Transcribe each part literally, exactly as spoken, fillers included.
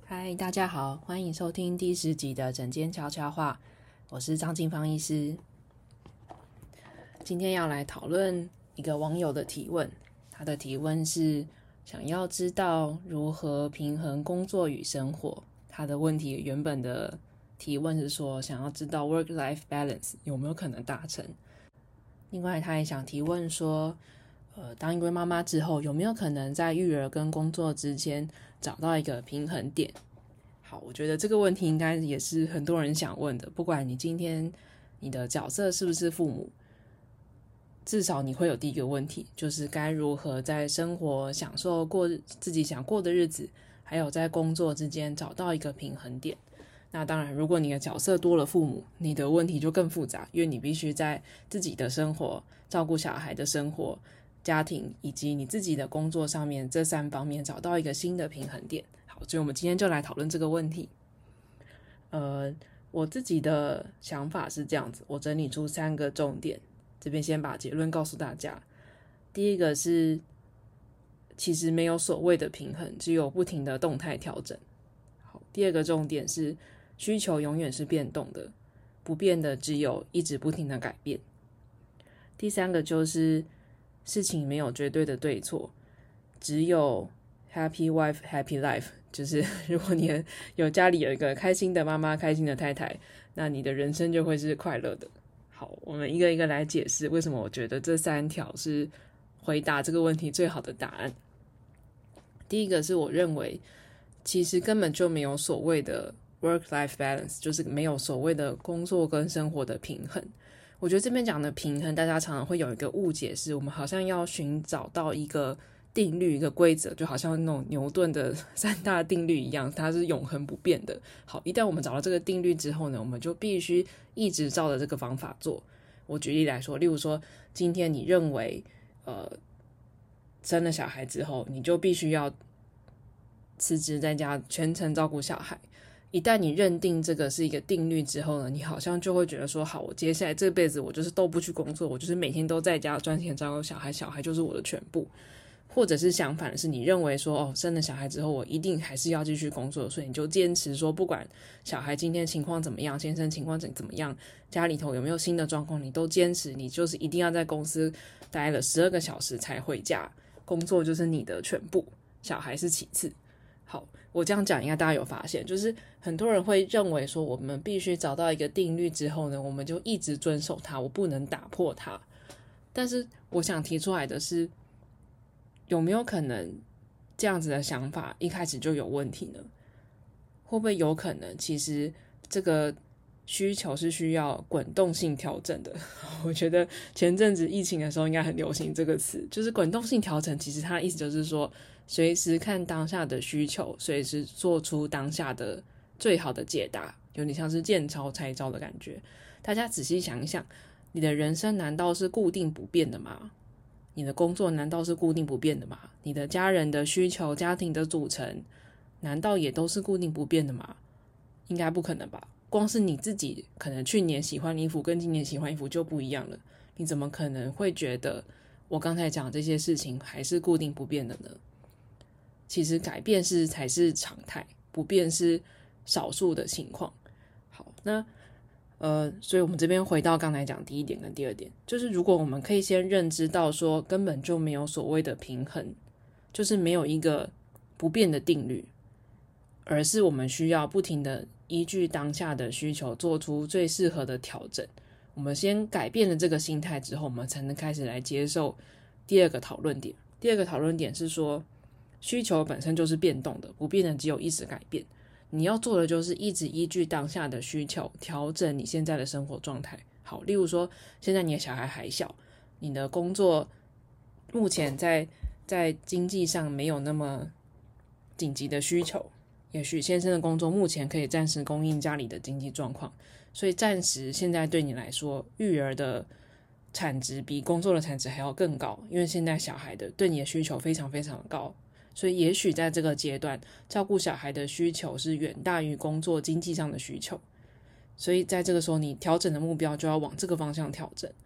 嗨，大家好，欢迎收听第十集的诊间悄悄话，我是张静芳医师。今天要来讨论一个网友的提问，他的提问是想要知道如何平衡工作与生活。他的问题原本的提问是说想要知道 work-life balance 有没有可能达成。另外他也想提问说呃，当一位妈妈之后有没有可能在育儿跟工作之间找到一个平衡点。好，我觉得这个问题应该也是很多人想问的，不管你今天你的角色是不是父母，至少你会有第一个问题，就是该如何在生活享受过自己想过的日子，还有在工作之间找到一个平衡点。那当然如果你的角色多了父母，你的问题就更复杂，因为你必须在自己的生活、照顾小孩的生活、家庭以及你自己的工作上面这三方面找到一个新的平衡点。好，所以我们今天就来讨论这个问题。呃，我自己的想法是这样子，我整理出三个重点，这边先把结论告诉大家。第一个是其实没有所谓的平衡，只有不停的动态调整。好，第二个重点是需求永远是变动的，不变的只有一直不停的改变。第三个就是事情没有绝对的对错，只有 happy wife happy life， 就是如果你有家里有一个开心的妈妈开心的太太，那你的人生就会是快乐的。好，我们一个一个来解释为什么我觉得这三条是回答这个问题最好的答案。第一个是我认为其实根本就没有所谓的 work-life balance， 就是没有所谓的工作跟生活的平衡。我觉得这边讲的平衡，大家常常会有一个误解，是我们好像要寻找到一个定律一个规则，就好像那种牛顿的三大定律一样，它是永恒不变的。好，一旦我们找到这个定律之后呢，我们就必须一直照着这个方法做。我举例来说，例如说今天你认为呃生了小孩之后你就必须要辞职在家全程照顾小孩，一旦你认定这个是一个定律之后呢，你好像就会觉得说好，我接下来这辈子我就是都不去工作，我就是每天都在家赚钱照顾小孩，小孩就是我的全部。或者是相反的是，你认为说哦，生了小孩之后我一定还是要继续工作，所以你就坚持说不管小孩今天情况怎么样，先生情况怎么样，家里头有没有新的状况，你都坚持你就是一定要在公司待了十二个小时才回家，工作就是你的全部，小孩是其次。好，我这样讲应该大家有发现，就是很多人会认为说我们必须找到一个定律之后呢，我们就一直遵守它，我不能打破它。但是我想提出来的是，有没有可能这样子的想法一开始就有问题呢？会不会有可能其实这个需求是需要滚动性调整的？我觉得前阵子疫情的时候应该很流行这个词，就是滚动性调整，其实它的意思就是说随时看当下的需求，随时做出当下的最好的解答，有点像是见招拆招的感觉。大家仔细想一想，你的人生难道是固定不变的吗？你的工作难道是固定不变的吗？你的家人的需求、家庭的组成难道也都是固定不变的吗？应该不可能吧。光是你自己可能去年喜欢衣服跟今年喜欢衣服就不一样了，你怎么可能会觉得我刚才讲的这些事情还是固定不变的呢？其实改变是才是常态，不变是少数的情况。好，那呃，所以我们这边回到刚才讲第一点跟第二点，就是如果我们可以先认知到说根本就没有所谓的平衡，就是没有一个不变的定律，而是我们需要不停的依据当下的需求做出最适合的调整。我们先改变了这个心态之后，我们才能开始来接受第二个讨论点。第二个讨论点是说，需求本身就是变动的，不变的只有一直改变。你要做的就是一直依据当下的需求调整你现在的生活状态。好，例如说现在你的小孩还小，你的工作目前在在经济上没有那么紧急的需求，也许先生的工作目前可以暂时供应家里的经济状况，所以暂时现在对你来说育儿的产值比工作的产值还要更高，因为现在小孩的对你的需求非常非常高，所以也许在这个阶段照顾小孩的需求是远大于工作经济上的需求，所以在这个时候你调整的目标就要往这个方向调整。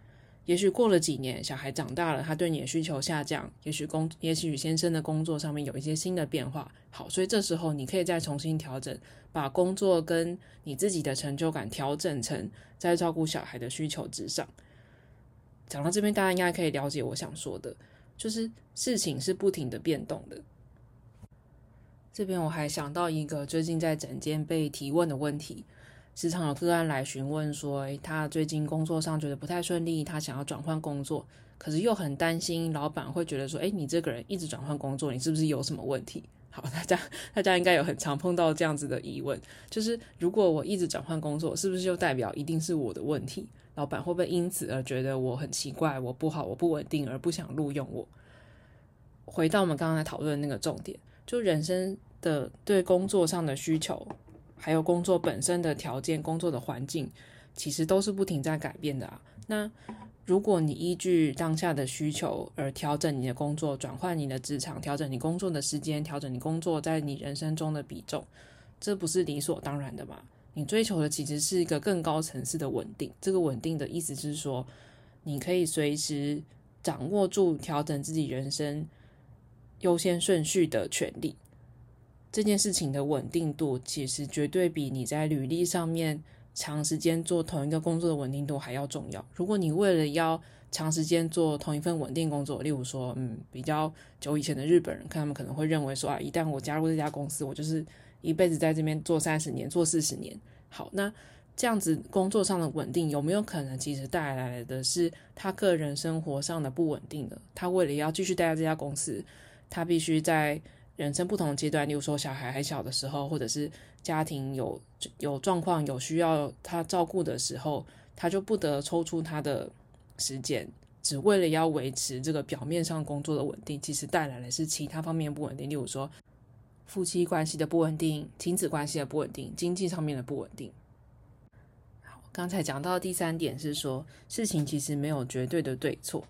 也许过了几年，小孩长大了，他对你的需求下降，也许工，也许先生的工作上面有一些新的变化。好，所以这时候你可以再重新调整，把工作跟你自己的成就感调整成在照顾小孩的需求之上。讲到这边，大家应该可以了解我想说的，就是事情是不停的变动的。这边我还想到一个最近在诊间被提问的问题，时常有个案来询问说，诶他最近工作上觉得不太顺利，他想要转换工作，可是又很担心老板会觉得说，诶你这个人一直转换工作，你是不是有什么问题？好，大家大家应该有很常碰到这样子的疑问，就是如果我一直转换工作，是不是就代表一定是我的问题？老板会不会因此而觉得我很奇怪，我不好，我不稳定，而不想录用我？回到我们刚刚在讨论的那个重点，就人生的对工作上的需求，还有工作本身的条件，工作的环境其实都是不停在改变的啊。那如果你依据当下的需求而调整你的工作，转换你的职场，调整你工作的时间，调整你工作在你人生中的比重，这不是理所当然的吗？你追求的其实是一个更高层次的稳定。这个稳定的意思是说，你可以随时掌握住调整自己人生优先顺序的权利。这件事情的稳定度其实绝对比你在履历上面长时间做同一个工作的稳定度还要重要。如果你为了要长时间做同一份稳定工作，例如说嗯，比较久以前的日本人，他们可能会认为说啊，一旦我加入这家公司，我就是一辈子在这边做三十年，做四十年。好，那这样子工作上的稳定有没有可能其实带来的是他个人生活上的不稳定的？他为了要继续待在这家公司，他必须在人生不同的阶段，例如说小孩还小的时候，或者是家庭有有状况有需要他照顾的时候，他就不得抽出他的时间，只为了要维持这个表面上工作的稳定，其实带来的是其他方面的不稳定，例如说夫妻关系的不稳定，亲子关系的不稳定，经济上面的不稳定。好，刚才讲到第三点是说，事情其实没有绝对的对错，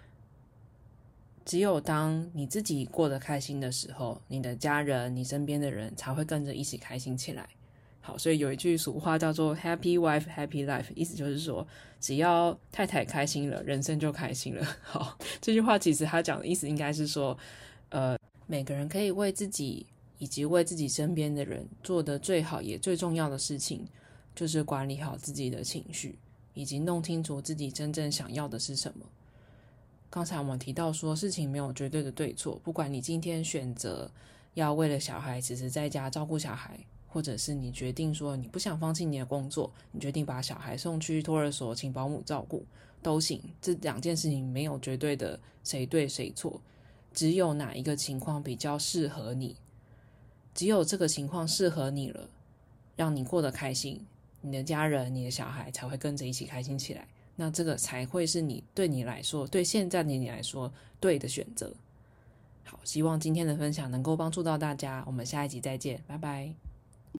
只有当你自己过得开心的时候，你的家人，你身边的人才会跟着一起开心起来。好，所以有一句俗话叫做 Happy wife, happy life， 意思就是说，只要太太开心了，人生就开心了。好，这句话其实他讲的意思应该是说，呃，每个人可以为自己以及为自己身边的人做的最好也最重要的事情，就是管理好自己的情绪，以及弄清楚自己真正想要的是什么。刚才我们提到说，事情没有绝对的对错，不管你今天选择要为了小孩只是在家照顾小孩，或者是你决定说你不想放弃你的工作，你决定把小孩送去托儿所请保姆照顾，都行。这两件事情没有绝对的谁对谁错，只有哪一个情况比较适合你，只有这个情况适合你了，让你过得开心，你的家人你的小孩才会跟着一起开心起来，那这个才会是你对你来说，对现在的你来说对的选择。好，希望今天的分享能够帮助到大家，我们下一集再见，拜拜。